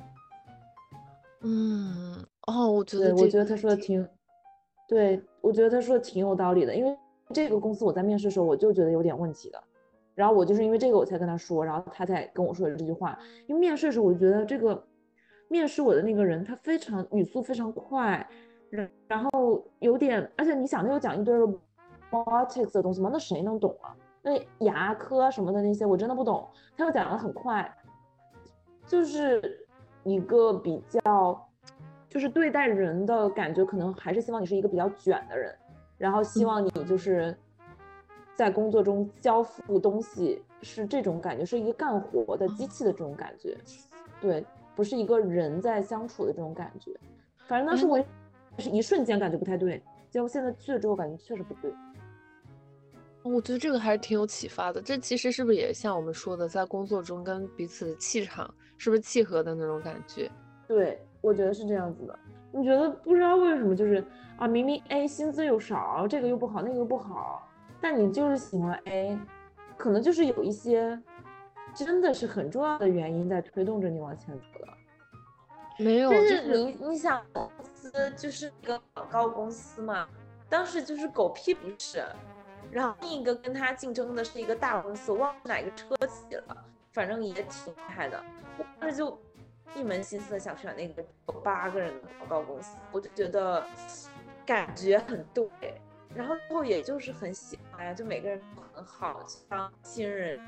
我觉得对，我觉得他说的挺，对，我觉得他说的挺有道理的，因为这个公司我在面试的时候我就觉得有点问题的。然后我就是因为这个我才跟他说，然后他才跟我说的这句话。因为面试的时候，我觉得这个面试我的那个人他非常语速非常快，然后有点，而且你想他又讲一堆 robotics 的东西嘛，那谁能懂啊？那牙科什么的那些我真的不懂，他又讲的很快，就是一个比较，就是对待人的感觉，可能还是希望你是一个比较卷的人，然后希望你就是在工作中交付东西是这种感觉，是一个干活的机器的这种感觉，对，不是一个人在相处的这种感觉。反正当时我也是一瞬间感觉不太对，结果现在去了之后感觉确实不对。 我觉得这个还是挺有启发的。这其实是不是也像我们说的，在工作中跟彼此的气场是不是契合的那种感觉？ 对，我觉得是这样子的。你觉得不知道为什么，就是啊，明明 A 薪资又少，这个又不好，那个又不好，但你就是喜欢 A，可能就是有一些真的是很重要的原因在推动着你往前走的。 没有，就但是是你想，公司就是一个广告公司嘛，当时就是狗屁不是，然后另一个跟他竞争的是一个大公司，我忘了哪个车企了，反正也挺厉害的。我当时就一门心思的想选那个有8个人的广告公司，我就觉得感觉很对，然后最后也就是很喜欢呀，就每个人都很好，像亲人。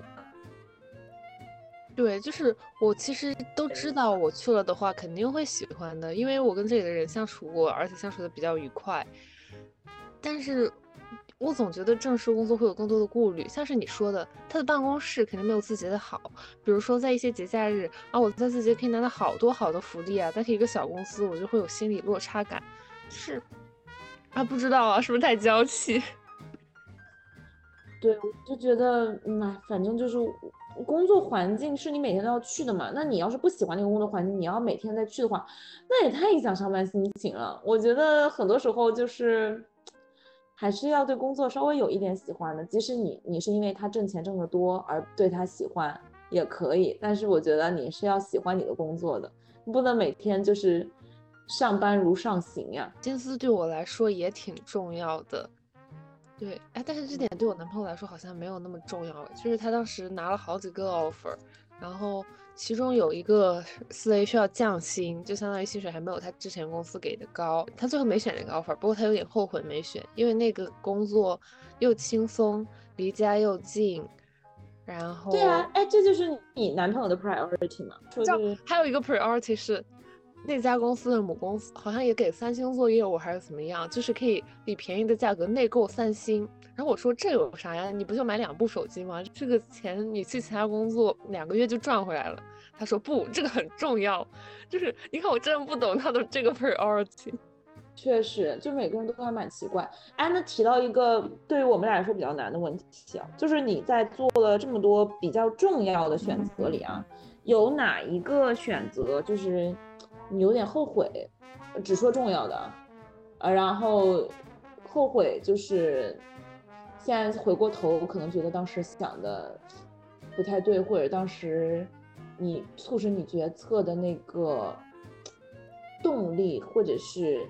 对，就是我其实都知道，我去了的话肯定会喜欢的，因为我跟这里的人相处过，而且相处的比较愉快。但是我总觉得正式工作会有更多的顾虑，像是你说的，他的办公室肯定没有字节的好。比如说在一些节假日啊，我在字节可以拿到好多好的福利啊，但是一个小公司我就会有心理落差感，就是啊，不知道啊，是不是太娇气？ 对，我就觉得，反正就是工作环境是你每天都要去的嘛。那你要是不喜欢那个工作环境，你要每天再去的话，那也太影响上班心情了。我觉得很多时候就是还是要对工作稍微有一点喜欢的，即使你是因为他挣钱挣得多而对他喜欢也可以，但是我觉得你是要喜欢你的工作的，你不能每天就是上班如上刑呀。 薪资对我来说也挺重要的。对，哎，但是这点对我男朋友来说好像没有那么重要，就是他当时拿了好几个 offer，然后其中有一个4A 需要降薪，就相当于薪水还没有他之前公司给的高，他最后没选那个 offer，不过他有点后悔没选，因为那个工作又轻松，离家又近，然对啊， 后哎，这就是你男朋友的 priority 嘛？说这样就是还有一个 priority 是那家公司的母公司好像也给3星做业务还是怎么样，就是可以以便宜的价格内购3星。然后我说这有啥呀？你不就买2部手机吗？这个钱你去其他工作2个月就赚回来了。他说不，这个很重要。就是你看我真的不懂他的这个 priority。 确实，就每个人都还蛮奇怪。哎，那提到一个对于我们俩来说比较难的问题啊，就是你在做了这么多比较重要的选择里啊，有哪一个选择就是你有点后悔？只说重要的啊，然后后悔就是现在回过头可能觉得当时想的不太对，或者当时你促使你决策的那个动力，或者是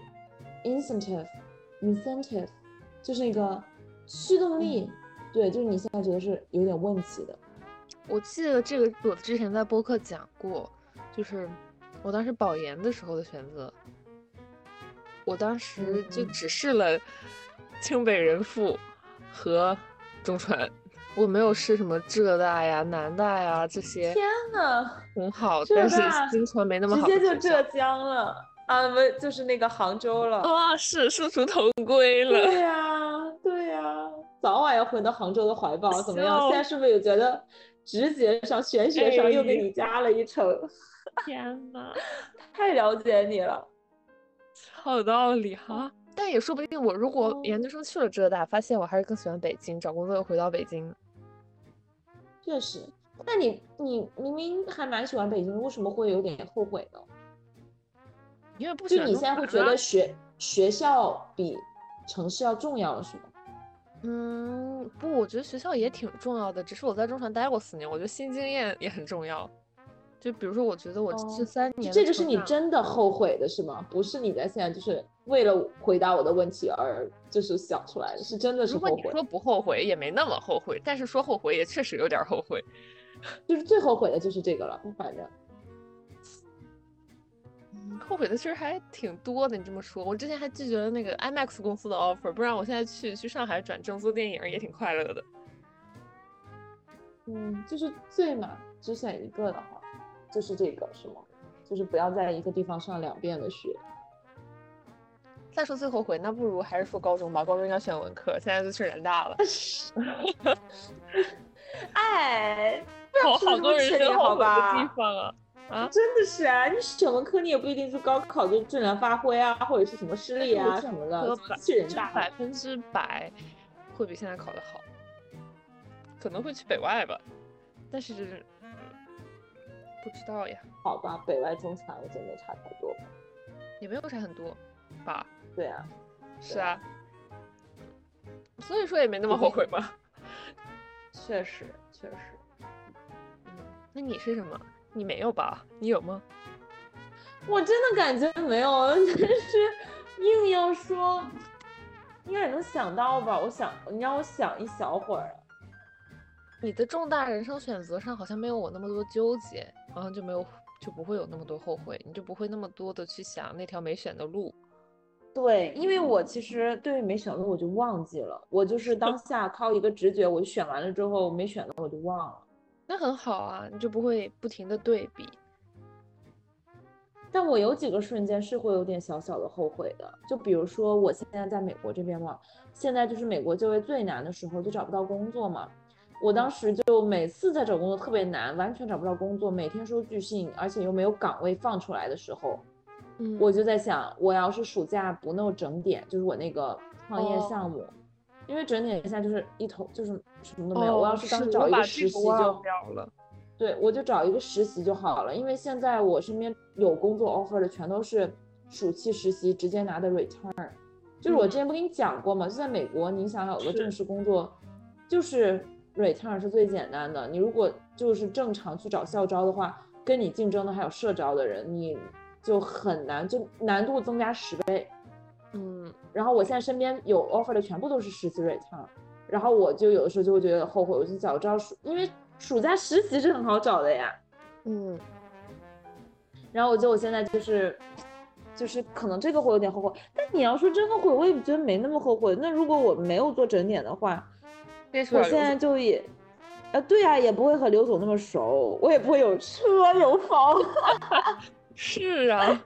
incentive，就是那个驱动力，对，就是你现在觉得是有点问题的。 我记得这个我之前在播客讲过，就是我当时保研的时候的选择。我当时就只试了清北人富和中传，我没有试什么浙大呀、南大呀这些天呐， 很好，但是浙大新传没那么直好的接就浙学校。 江了啊，不就是那个杭州了？ 哇，是殊途同归了， 对呀，对呀，早晚要回到杭州的怀抱，怎么样？现在笑是不是有觉得直觉上、玄学上又给哎， 你加了一层？ 天呐， 太了解你了。 好有道理哈！但也说不定，我如果研哦， 究生去了浙大，发现我还是更喜欢北京，找工作又回到北京。 确实。那你明明还蛮喜欢北京的，为什么会有点后悔呢？ 因为不喜欢就你中传啊。 现在会觉得学校比城市要重要了，是吗？ 嗯，不，我觉得学校也挺重要的，只是我在中传待过4年，我觉得新经验也很重要。就比如说，我觉得我这哦， 3年的这个是成长， 你真的后悔的是吗？不是你在现在就是为了回答我的问题而就是想出来的，是真的是后悔， 如果你说不后悔，也没那么后悔，但是说后悔也确实有点后悔。 就是最后悔的就是这个了，反正。 后悔的其实还挺多的。你这么说，我之前还拒绝了那个 IMAX 公司的 offer，不然我现在去上海转正做电影也挺快乐的。 就是最嘛，只选一个的话，就是这个是吗？就是不要在一个地方上2遍的学。 再说最后悔，那不如还是说高中吧，高中应该选文科，现在就去人大了。 哎，不要说好多人这么确定好生后悔的地吧？ 方啊真的是啊，你什么科你也不一定是高考就正常发挥啊，或者是什么失利但是我选啊什么的， 科怎么机器人就大了？ 100%会比现在考得好，可能会去北外吧，但是不知道呀， 好吧，北外中传我觉得没差太多吧。 也没有差很多吧？ 对啊， 是啊，所以说也没那么后悔嘛。 确实确实。 那你是什么？你没有吧？你有吗？ 我真的感觉没有，但是硬要说，应该也能想到吧？你让我想一小会儿。 你的重大人生选择上好像没有我那么多纠结，然后就不会有那么多后悔，你就不会那么多的去想那条没选的路。 对，因为我其实对没选的我就忘记了，我就是当下靠一个直觉，我选完了之后没选的我就忘了。 那很好啊，你就不会不停的对比。 但我有几个瞬间是会有点小小的后悔的，就比如说我现在在美国这边嘛，现在就是美国就业最难的时候，就找不到工作嘛。我当时就每次在找工作特别难，完全找不到工作，每天收拒信，而且又没有岗位放出来的时候，我就在想，我要是暑假不弄整点，就是我那个创业项目，因为整点现在就是一头就是什么都没有，我要是当时找一个实习就。对，我就找一个实习就好了，因为现在我身边有工作 offer 的全都是暑期实习，直接拿的 return。就是我之前不跟你讲过吗？就在美国，你想有个正式工作，就是 return 是最简单的。你如果就是正常去找校招的话，跟你竞争的还有社招的人，你就很难，就难度增加10倍。然后我现在身边有 offer 的全部都是实习 return，然后我就有的时候就会觉得后悔，我就早知道因为暑假实习是很好找的呀。然后我觉得我现在就是可能这个会有点后悔，但你要说真后悔，我也觉得没那么后悔。那如果我没有做整点的话，我现在就也，对啊，也不会和刘总那么熟，我也不会有车有房。 是啊。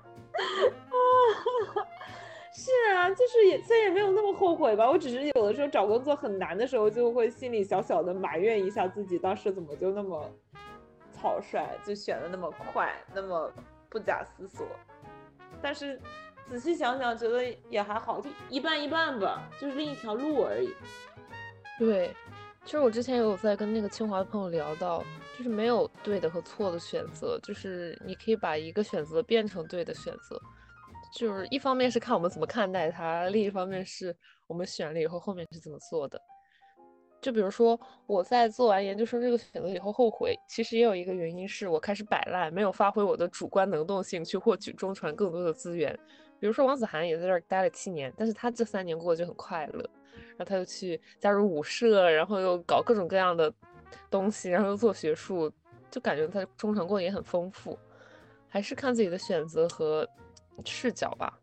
是啊，就是虽然也没有那么后悔吧，我只是有的时候找工作很难的时候，就会心里小小的埋怨一下自己当时怎么就那么草率，就选的那么快，那么不假思索。但是仔细想想，觉得也还好，就一半一半吧，就是另一条路而已。 对，其实我之前有在跟那个清华的朋友聊到，就是没有对的和错的选择，就是你可以把一个选择变成对的选择。就是一方面是看我们怎么看待它，另一方面是我们选了以后后面是怎么做的。就比如说我在做完研究生这个选择以后后悔，其实也有一个原因是我开始摆烂，没有发挥我的主观能动性去获取中传更多的资源。比如说王子涵也在这儿待了7年，但是他这3年过得就很快乐，然后他又去加入舞社，然后又搞各种各样的东西，然后又做学术，就感觉他中传过得也很丰富。还是看自己的选择和视角吧。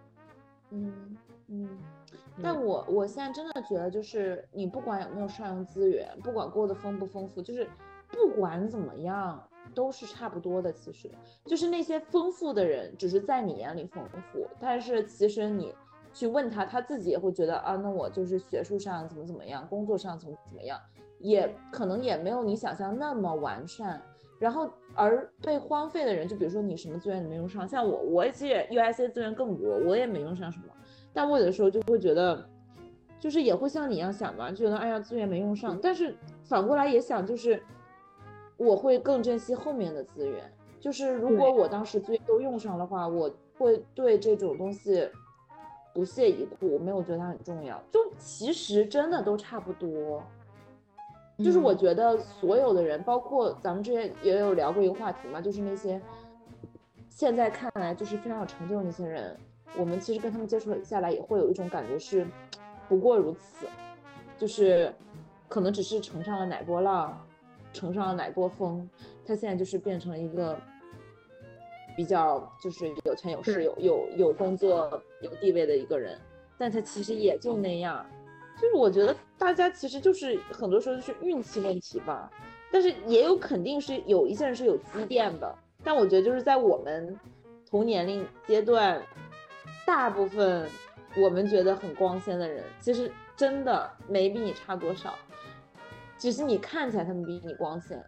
但我现在真的觉得，就是你不管有没有上用资源，不管过得丰不丰富，就是不管怎么样都是差不多的。其实就是那些丰富的人，只是在你眼里丰富，但是其实你去问他，他自己也会觉得啊，那我就是学术上怎么样，工作上怎么样，也可能也没有你想象那么完善。然后而被荒废的人，就比如说你什么资源你没用上，像我其实 UIC 资源更多，我也没用上什么。但我有的时候就会觉得，就是也会像你一样想吧，就觉得哎呀资源没用上，但是反过来也想，就是我会更珍惜后面的资源。就是如果我当时资源都用上的话，我会对这种东西不屑一顾，没有觉得它很重要。就其实真的都差不多。就是我觉得所有的人，包括咱们之前也有聊过一个话题嘛，就是那些现在看来就是非常有成就的那些人，我们其实跟他们接触下来也会有一种感觉是不过如此，就是可能只是乘上了哪波浪，乘上了哪波风，他现在就是变成了一个比较就是有权有势有工作有地位的一个人，但他其实也就那样。就是我觉得大家其实就是很多时候就是运气问题吧，但是也有肯定是有一些人是有积淀的，但我觉得就是在我们同年龄阶段，大部分我们觉得很光鲜的人，其实真的没比你差多少。 只是你看起来他们比你光鲜。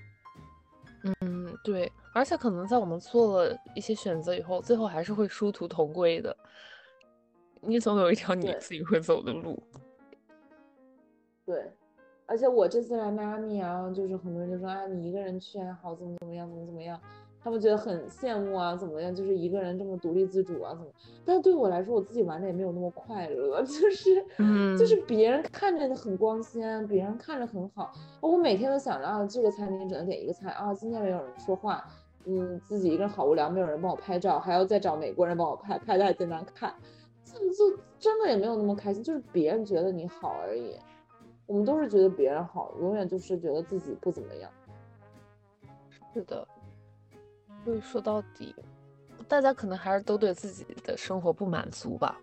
对，而且可能在我们做了一些选择以后，最后还是会殊途同归的。你总有一条你对自己会走的路。 对，而且我这次来迈阿密啊，就是很多人就说啊，你一个人去还好，怎么样，他们觉得很羡慕啊，怎么样，就是一个人这么独立自主啊，怎么？但是对我来说，我自己玩的也没有那么快乐，就是别人看着的很光鲜，别人看着很好，我每天都想着啊，这个餐厅只能点一个菜啊，今天没有人说话，自己一个人好无聊，没有人帮我拍照，还要再找美国人帮我拍，拍的还贼难看，就真的也没有那么开心，就是别人觉得你好而已。我们都是觉得别人好，永远就是觉得自己不怎么样。 是的，所以说到底，大家可能还是都对自己的生活不满足吧。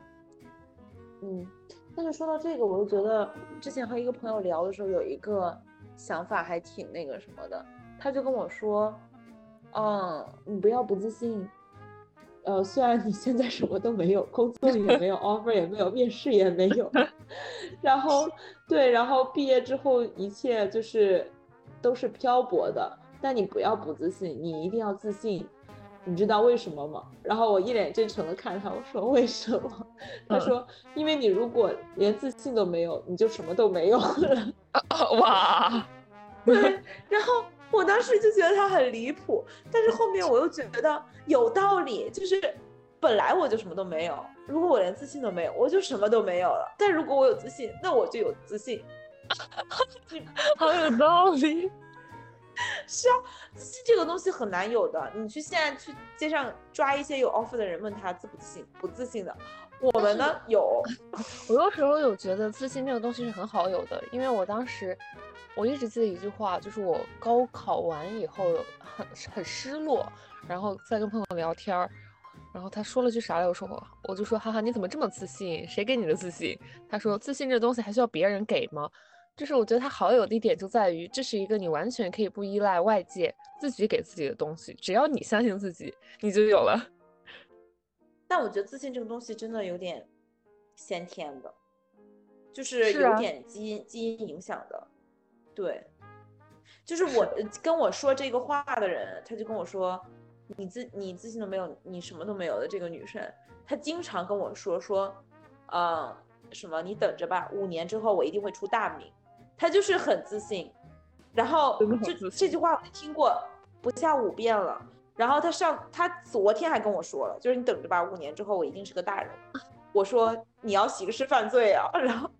但是说到这个，我又觉得之前和一个朋友聊的时候，有一个想法还挺那个什么的，他就跟我说，你不要不自信。虽然你现在什么都没有，工作也没有，offer 也没有，面试也没有，然后对，然后毕业之后一切就是都是漂泊的，但你不要不自信，你一定要自信。你知道为什么吗？然后我一脸真诚的看他，我说为什么？他说，因为你如果连自信都没有，你就什么都没有了。 哇， 对，然后我当时就觉得他很离谱，但是后面我又觉得有道理，就是本来我就什么都没有，如果我连自信都没有，我就什么都没有了。但如果我有自信，那我就有自信。 好有道理。 是啊，自信这个东西很难有的。你现在去街上抓一些有 offer 的人，问他自不自信，不自信的。我们呢有。 我有时候有觉得自信这个东西是很好有的，因为我当时我一直记得一句话，就是我高考完以后很失落，然后在跟朋友聊天，然后他说了句啥来，我就说哈哈，你怎么这么自信？谁给你的自信？他说自信这东西还需要别人给吗？就是我觉得他好有的一点就在于，这是一个你完全可以不依赖外界，自己给自己的东西，只要你相信自己，你就有了。 但我觉得自信这个东西真的有点先天的，就是是啊， 有点基因影响的。对，就是我跟我说这个话的人，他就跟我说，你自信都没有，你什么都没有的这个女生，她经常跟我说，什么你等着吧，5年之后我一定会出大名。她就是很自信，然后真的很就自信。 这句话我听过不下5遍了。然后她昨天还跟我说了，就是你等着吧，5年之后我一定是个大人。我说你要刑事犯罪啊，然后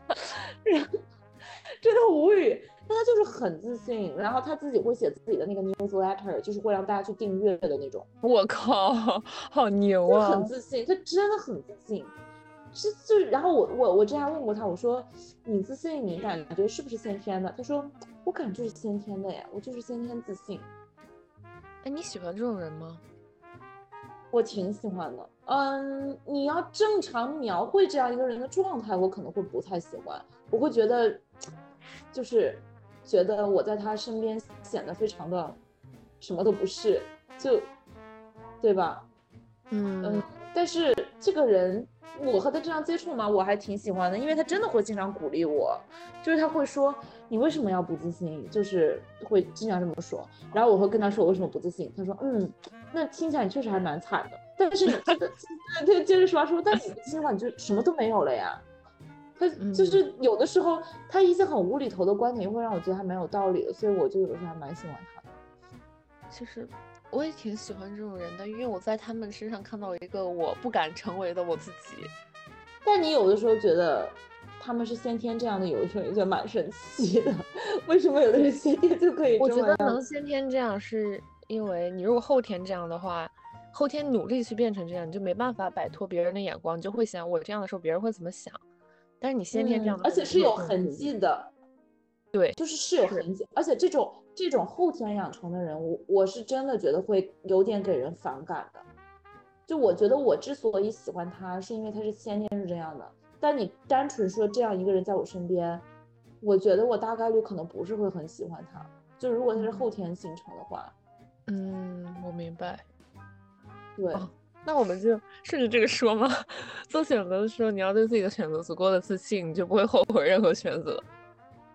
真的无语。但他就是很自信，然后他自己会写自己的那个 newsletter，就是会让大家去订阅的那种。 我靠，好牛就是啊！ 很自信，他真的很自信。就然后我之前问过他，我说你自信，你感觉是不是先天的？他说我感觉是先天的呀，我就是先天自信。 哎，你喜欢这种人吗？ 我挺喜欢的。你要正常描绘这样一个人的状态，我可能会不太喜欢，我会觉得就是觉得我在他身边显得非常的什么都不是，就对吧？但是这个人，我和他这样接触嘛，我还挺喜欢的，因为他真的会经常鼓励我，就是他会说你为什么要不自信，就是会经常这么说。然后我会跟他说我为什么不自信，他说那听起来你确实还蛮惨的，但是你对接着说，但是你不自信的话，你就什么都没有了呀。他就是有的时候他一些很无厘头的观点，会让我觉得还蛮有道理的，所以我就有的时候还蛮喜欢他的。 其实我也挺喜欢这种人的，因为我在他们身上看到一个我不敢成为的我自己。 但你有的时候觉得他们是先天这样的，有的时候也觉得蛮神奇的。为什么有的人先天就可以我觉得这么样？ 能先天这样，是因为你如果后天这样的话，后天努力去变成这样，你就没办法摆脱别人的眼光，你就会想我这样的时候别人会怎么想。但是你先天这样的话， 而且是你就有有痕这种顾虑。 迹的， 对， 就是有痕迹，而且这种后天养成的人，我是真的觉得会有点给人反感的。就我觉得我之所以喜欢他，是因为他是先天是这样的。但你单纯说这样一个人在我身边，我觉得我大概率可能不是会很喜欢他。就如果他是后天形成的话， 我明白。 对。 那我们就顺着这个说嘛。做选择的时候，你要对自己的选择足够的自信，你就不会后悔任何选择。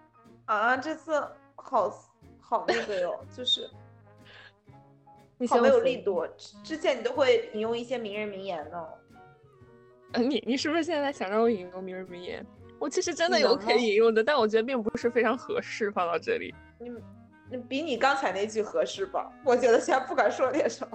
啊，这次好那个哟，就是好没你笑死有力度。之前你都会引用一些名人名言呢。 你是不是现在想让我引用名人名言？我其实真的有可你能吗？ 以引用的，但我觉得并不是非常合适放到这里。 你比你刚才那句合适吧？我觉得现在不管说点什么，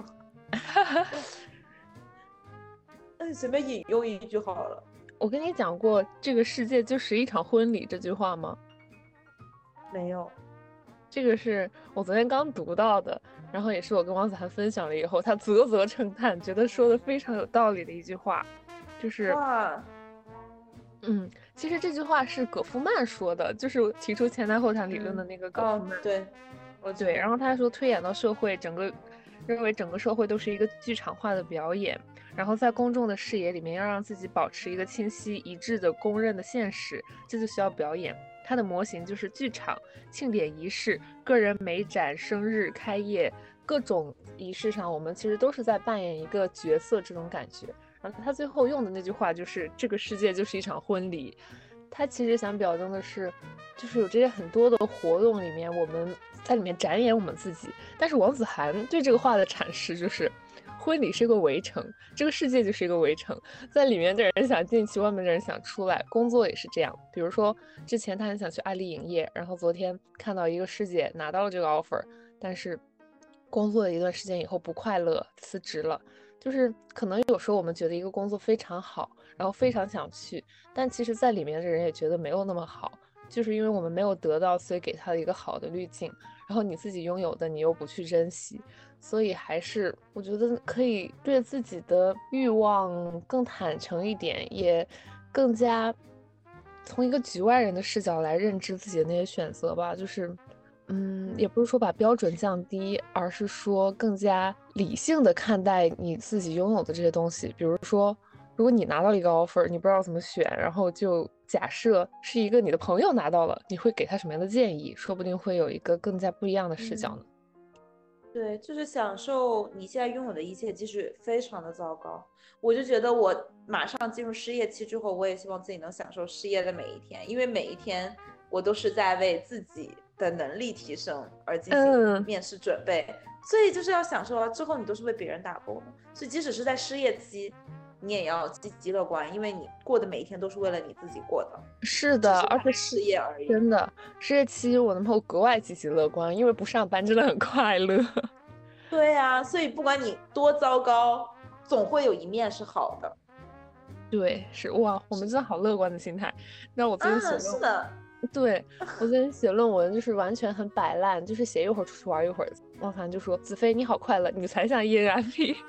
那你随便引用一句好了。 我跟你讲过这个世界就是一场婚礼这句话吗？ 没有。 这个是我昨天刚读到的，然后也是我跟王子涵分享了以后，他啧啧称叹，觉得说的非常有道理的一句话，就是哇， 其实这句话是葛夫曼说的，就是提出前台后台理论的那个葛夫曼。 对， 对，然后他说推演到社会，认为整个社会都是一个剧场化的表演，然后在公众的视野里面要让自己保持一个清晰一致的公认的现实，这就需要表演。它的模型就是剧场、庆典仪式、个人美展、生日、开业，各种仪式上，我们其实都是在扮演一个角色，这种感觉。然后他最后用的那句话就是这个世界就是一场婚礼，他其实想表征的是，就是有这些很多的活动里面，我们在里面展演我们自己。但是王子涵对这个话的阐释就是，婚礼是一个围城，这个世界就是一个围城，在里面的人想进去，外面的人想出来。工作也是这样，比如说之前他很想去爱丽影业，然后昨天看到一个师姐拿到了这个 offer，但是工作了一段时间以后不快乐，辞职了。就是可能有时候我们觉得一个工作非常好，然后非常想去，但其实在里面的人也觉得没有那么好，就是因为我们没有得到，所以给他一个好的滤镜，然后你自己拥有的你又不去珍惜，所以还是我觉得可以对自己的欲望更坦诚一点，也更加从一个局外人的视角来认知自己的那些选择吧，就是也不是说把标准降低，而是说更加理性的看待你自己拥有的这些东西。比如说，如果你拿到了一个 offer，你不知道怎么选，然后就假设是一个你的朋友拿到了，你会给他什么样的建议？说不定会有一个更加不一样的视角呢。 对，就是享受你现在拥有的一切，即使非常的糟糕。我就觉得我马上进入失业期之后，我也希望自己能享受失业的每一天，因为每一天我都是在为自己的能力提升而进行面试准备，所以就是要享受啊，之后你都是为别人打工的，所以即使是在失业期，你也要积极乐观，因为你过的每一天都是为了你自己过的。 是的，而且失业而已。 真的，失业期我能够格外积极乐观，因为不上班真的很快乐。 对呀，所以不管你多糟糕，总会有一面是好的。 对，是哇，我们真的好乐观的心态。那我最近写论文， 是的， 对，我最近写论文就是完全很摆烂，就是写一会儿出去玩一会儿。汪涵就说：“子飞你好快乐，你才像 ENFP。”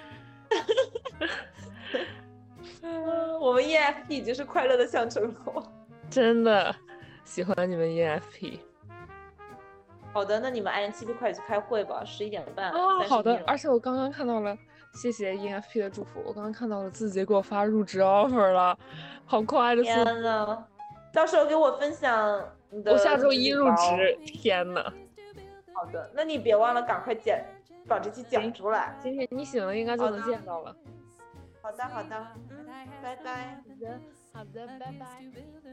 我们 ENFP 已经是快乐的象征了。 真的喜欢你们 ENFP。 好的，那你们 INTP 快去开会吧，11:30。 好的，而且我刚刚看到了，谢谢 ENFP 的祝福，我刚刚看到了字节给我发入职 offer 了，好快的速度！ 天呐，到时候给我分享你的。 我下周1入职，天呐！ 好的，那你别忘了赶快把这期讲出来。 今天你醒了应该就能见到了。 好的，好的，拜拜。 好的，拜拜。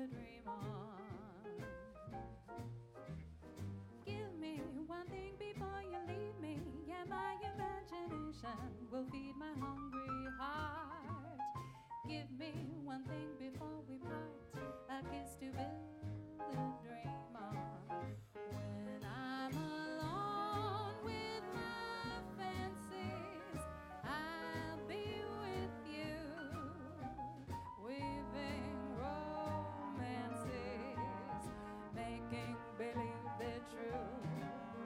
Will feed my hungry heart. Give me one thing before we part, a kiss to build a dream on. When I'm alone with my fancies, I'll be with you, weaving romances, making believe they're true.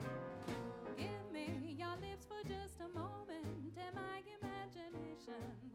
Give me your lips for just a moment, and my imagination